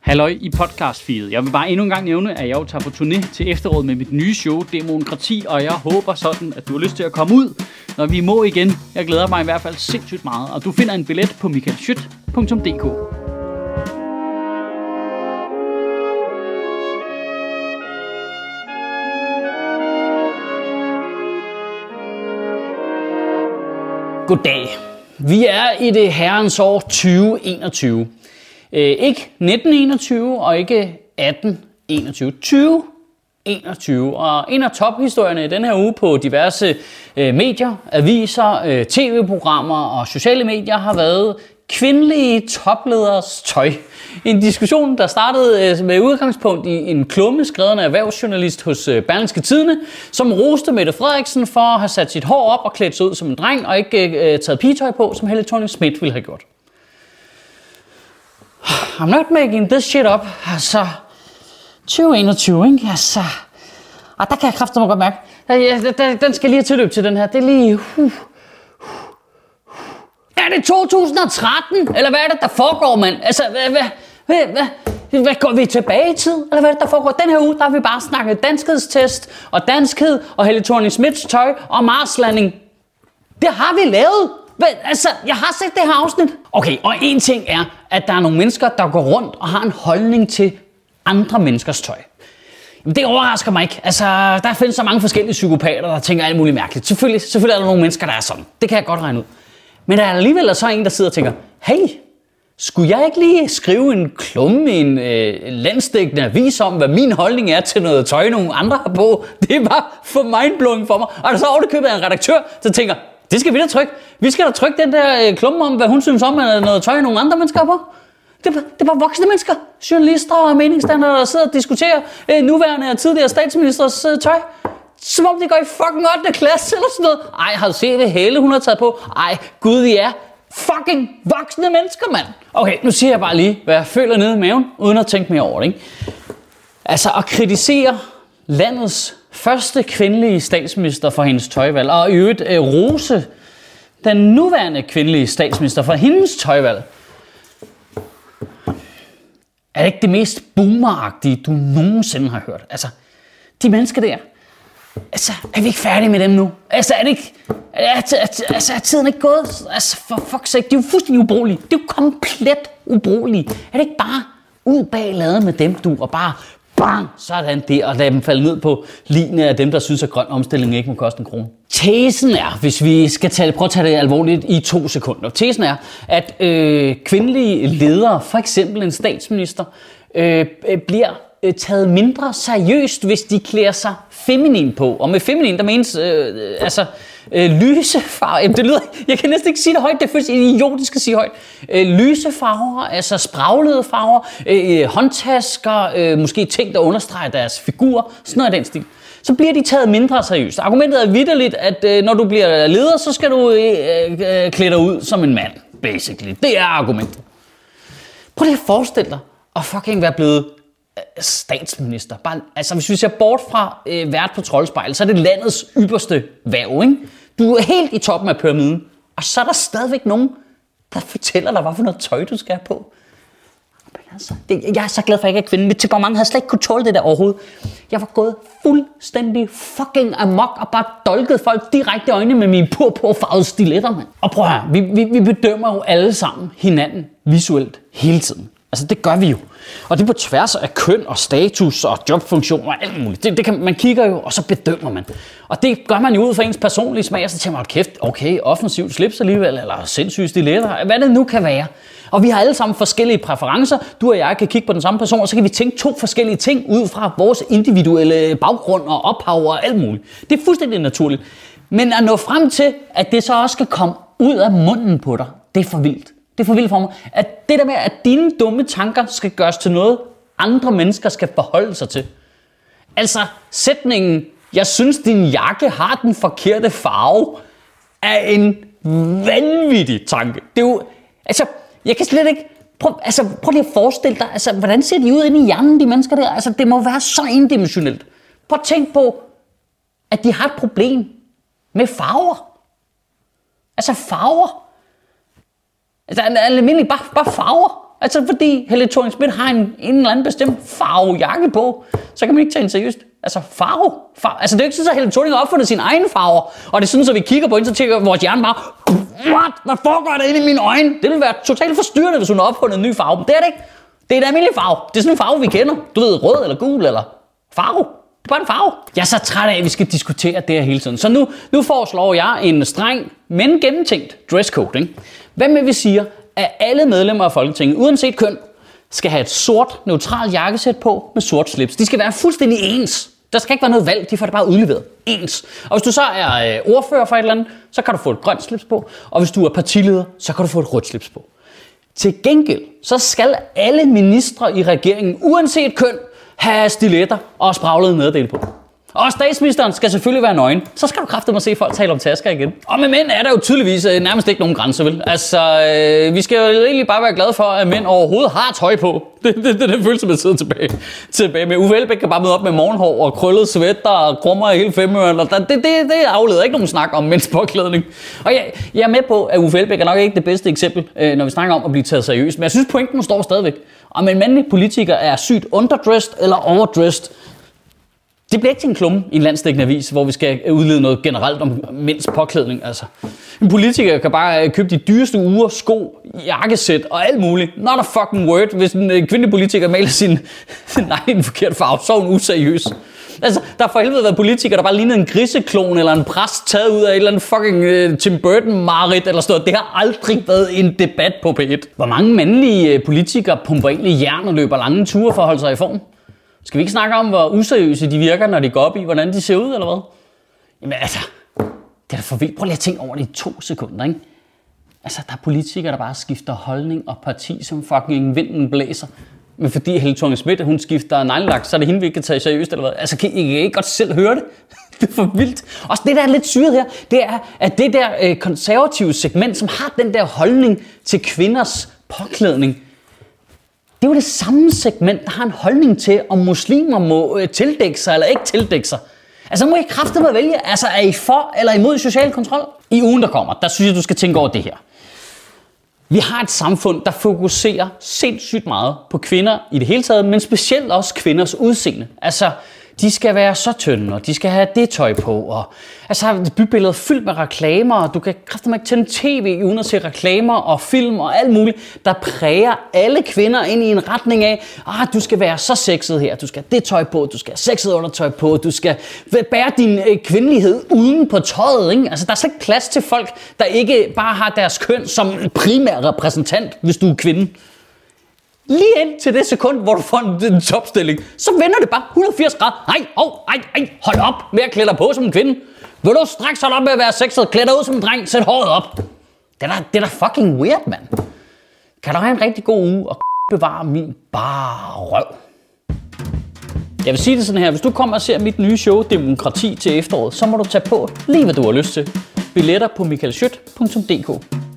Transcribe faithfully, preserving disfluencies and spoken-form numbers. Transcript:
Halløj i podcastfeedet. Jeg vil bare endnu en gang nævne, at jeg jo tager på turné til efteråret med mit nye show, Demokrati, og jeg håber sådan, at du har lyst til at komme ud, når vi må igen. Jeg glæder mig i hvert fald sindssygt meget, og du finder en billet på michael schiødt punktum d k. Goddag. Vi er i det herrens år tyve enogtyve. Øh, ikke nitten enogtyve og ikke atten enogtyve. tyve enogtyve. Og en af tophistorierne i den her uge på diverse øh, medier, aviser, øh, tv-programmer og sociale medier har været kvindelige toplederes tøj. En diskussion, der startede øh, med udgangspunkt i en klumme skrevet af erhvervsjournalist hos øh, Berlingske Tidende, som roste Mette Frederiksen for at have sat sit hår op og klædt sig ud som en dreng og ikke øh, taget pigetøj på, som Helle Thorning-Schmidt ville have gjort. I'm not making this shit up. Altså, tyve enogtyve, ikke? Altså, og der kan jeg kraftedeme godt mærke. Den skal lige have tilløb til den her. Det er lige... Uh, uh, uh. Er det to tusind og tretten? Eller hvad er det, der foregår, mand? Altså, hvad, hvad, hvad, hvad, hvad går vi tilbage i tid? Eller hvad er det, der foregår? Den her uge, der har vi bare snakket danskhedstest og danskhed og Helle Thorning-Schmidts tøj og Marslanding. Det har vi lavet. Altså, jeg har set det her afsnit. Okay, og en ting er, at der er nogle mennesker, der går rundt og har en holdning til andre menneskers tøj. Jamen, det overrasker mig ikke. Altså, der findes så mange forskellige psykopater, der tænker alt muligt mærkeligt. Selvfølgelig, selvfølgelig er der nogle mennesker, der er sådan. Det kan jeg godt regne ud. Men der er alligevel så en, der sidder og tænker, hey, skulle jeg ikke lige skrive en klumme i en øh, landsdækkende avis om, hvad min holdning er til noget tøj, nogle andre har på? Det er bare for mindblowing for mig. Og der så ovenikøbet af en redaktør, der tænker, det skal vi da trykke. Vi skal da trykke den der øh, klumme om, hvad hun synes om, at noget tøj, nogle andre mennesker har på. Det er, det er bare voksne mennesker, journalister og meningsdannere, der sidder og diskuterer øh, nuværende og tidligere statsministers øh, tøj. Som om de går i fucking ottende klasse eller sådan noget. Ej, har du set det hele, hun har taget på? Ej, gud, vi er fucking voksne mennesker, mand. Okay, nu siger jeg bare lige, hvad jeg føler nede i maven, uden at tænke mere over det, ikke? Altså, at kritisere landets første kvindelige statsminister for hendes tøjvalg, og i øvrigt øh, rose den nuværende kvindelige statsminister for hendes tøjvalg. Er det ikke det mest boomeragtige, du nogensinde har hørt? Altså, de mennesker der, altså, er vi ikke færdige med dem nu? Altså, er det ikke, er, er, altså, er tiden ikke gået? Altså, for fuck's sake, de er jo fuldstændig ubrugelige. De er jo komplet ubrugelige. Er det ikke bare ud bag laden med dem, du, og bare bang, sådan det, og lade dem falde ned på lignende af dem, der synes, at grøn omstilling ikke må koste en krone. Tesen er, hvis vi skal tage, prøve at tage det alvorligt i to sekunder, tesen er, at øh, kvindelige ledere, for eksempel en statsminister, øh, bliver øh, taget mindre seriøst, hvis de klæder sig feminin på. Og med feminin, der menes øh, altså øh, lysefarver. Det lyder, jeg kan næsten ikke sige det højt, det er først idiotisk at sige højt. Øh, lysefarver, altså spraglede farver, øh, håndtasker, øh, måske ting, der understreger deres figur, sådan noget af den stil. Så bliver de taget mindre seriøst. Argumentet er vitterligt, at øh, når du bliver leder, så skal du øh, øh, klæde dig ud som en mand, basically. Det er argumentet. Prøv lige at forestille dig at fucking være blevet øh, statsminister. Bare, altså, hvis vi ser bort fra øh, vært på Troldspejlet, så er det landets ypperste værv, ikke? Du er helt i toppen af pyramiden, og så er der stadigvæk nogen, der fortæller dig, hvad for noget tøj, du skal have på. Altså, det, jeg er så glad for, at jeg ikke er kvinde. Mit temperament havde slet ikke kunne tåle det der overhovedet. Jeg var gået fuldstændig fucking amok og bare dolket folk direkte i øjnene med mine purpurfarvede stiletter, mand. Og prøv her, vi, vi, vi bedømmer jo alle sammen hinanden visuelt hele tiden. Altså, det gør vi jo. Og det er på tværs af køn og status og jobfunktioner og alt muligt. Det, det kan, man kigger jo, og så bedømmer man. Og det gør man jo ud fra ens personlige smag, og så tænker man, kæft, okay, offensivt slips alligevel, eller sindssyge stiletter, hvad det nu kan være. Og vi har alle sammen forskellige præferencer. Du og jeg kan kigge på den samme person, og så kan vi tænke to forskellige ting ud fra vores individuelle baggrund og ophav og alt muligt. Det er fuldstændig naturligt. Men at nå frem til, at det så også skal komme ud af munden på dig, det er for vildt. Det er for vildt for mig. At det der med, at dine dumme tanker skal gøres til noget, andre mennesker skal forholde sig til. Altså sætningen, jeg synes din jakke har den forkerte farve, er en vanvittig tanke. Det er jo, altså, jeg kan slet ikke, prøv, altså, prøv lige at forestille dig, altså, hvordan ser de ud inde i hjernen, de mennesker der? Altså, det må være så indimensionelt. Prøv at tænk på, at de har et problem med farver. Altså farver. Altså almindelig bare, bare farver. Altså fordi Helle Thorning-Schmidt har en, en eller anden bestemt farvejakke på, så kan man ikke tage hende seriøst. Altså farve, farve. Altså det er jo ikke sådan, at Helle Thorning har opfundet sine egne farver, og det er sådan, at vi kigger på hende, så tænker vores hjerne bare, what? Hvad foregår der inde i mine øjne? Det ville være totalt forstyrrende, hvis hun har opfundet en ny farve. Men det er det ikke. Det er en almindelig farve. Det er sådan en farve, vi kender. Du ved, rød eller gul eller farve. Det er bare en farve. Jeg er så træt af, at vi skal diskutere det her hele tiden. Så nu, nu foreslår jeg en streng, men gennemtænkt dresscode. Ikke? Hvad med vi siger, at alle medlemmer af Folketinget, uanset køn, skal have et sort, neutralt jakkesæt på med sort slips. De skal være fuldstændig ens. Der skal ikke være noget valg, de får det bare udleveret. Ens. Og hvis du så er øh, ordfører for et eller andet, så kan du få et grønt slips på. Og hvis du er partileder, så kan du få et rødt slips på. Til gengæld, så skal alle ministre i regeringen, uanset køn, have stiletter og spraglede neddele på. Og statsministeren skal selvfølgelig være nøgen. Så skal du kraftedeme se folk tale om tasker igen. Og med mænd er der jo tydeligvis øh, nærmest ikke nogen grænse, vel? Altså, øh, vi skal jo egentlig bare være glade for, at mænd overhovedet har tøj på. Det er det, det, den følelse, man sidder tilbage, tilbage med. Uffe Elbæk kan bare møde op med morgenhår og krøllet sweater og krummer i hele femøren. Det, det, det afleder ikke nogen snak om mænds påklædning. Og jeg, jeg er med på, at Uffe Elbæk er nok ikke det bedste eksempel, øh, når vi snakker om at blive taget seriøst. Men jeg synes, pointen står stadigvæk. Om en mandlig politiker er sygt underdressed eller overdressed, det bliver ikke til en klumme i en landsdækkende avis, hvor vi skal udlede noget generelt om mænds påklædning. Altså, en politiker kan bare købe de dyreste uger, sko, jakkesæt og alt muligt. Not a fucking word. Hvis en kvindelig politiker maler sin nej, en forkert farve, så er hun useriøs. Altså, der har for helvede været politikere, der bare lignede en griseklon eller en præst taget ud af et eller andet fucking uh, Tim Burton-marit eller sådan noget. Det har aldrig været en debat på P et. Hvor mange mandlige politikere pumper egentlig jern og løber lange ture for at holde sig i form? Skal vi ikke snakke om, hvor useriøse de virker, når de går op i, hvordan de ser ud, eller hvad? Jamen altså, det er da for vildt. Prøv lige at tænke over det i to sekunder, ikke? Altså, der er politikere, der bare skifter holdning og parti, som fucking vinden blæser. Men fordi Helle Thorning-Schmidt, hun skifter neglelak, så er det hende, vi ikke kan tage seriøst, eller hvad? Altså, kan I ikke godt selv høre det? Det er for vildt. Også det, der er lidt syret her, det er, at det der øh, konservative segment, som har den der holdning til kvinders påklædning, det er jo det samme segment, der har en holdning til, om muslimer må øh, tildække sig eller ikke tildække sig. Altså, må I kraftedeme vælge, altså er I for eller imod social kontrol? I ugen, der kommer, der synes jeg, du skal tænke over det her. Vi har et samfund, der fokuserer sindssygt meget på kvinder i det hele taget, men specielt også kvinders udseende. Altså, de skal være så tynde, og de skal have det tøj på, og altså bybilledet fyldt med reklamer, og du kan kraftedeme ikke tænde tv uden at se reklamer og film og alt muligt, der præger alle kvinder ind i en retning af, ah, du skal være så sexet her, du skal have det tøj på, du skal have sexet undertøj på, du skal bære din øh, kvindelighed uden på tøjet, ikke? Altså, der er slet ikke plads til folk, der ikke bare har deres køn som primær repræsentant, hvis du er kvinde. Lige ind til det sekund, hvor du får en, en topstilling, så vender det bare et hundrede og firs grader. Nej, oh, ej, ej, hold op med at klæde dig på som en kvinde. Vil du straks holde op med at være sexet, klæde dig ud som en dreng, sæt håret op. Det er da, det er da fucking weird, mand. Kan du have en rigtig god uge og bevare min bare røv? Jeg vil sige det sådan her, hvis du kommer og ser mit nye show Demokrati til efteråret, så må du tage på lige hvad du har lyst til. Billetter på michael schødt punktum d k.